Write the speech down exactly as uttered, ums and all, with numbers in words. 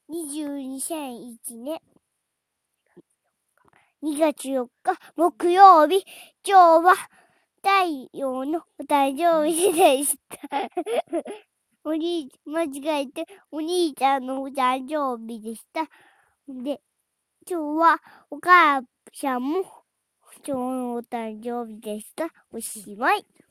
にじゅうにせんいちねんにがつよっか木曜日、今日は太陽のお誕生日でした。お兄、間違えてお兄ちゃんのお誕生日でした。で、今日はお母さんも今日のお誕生日でした。おしまい。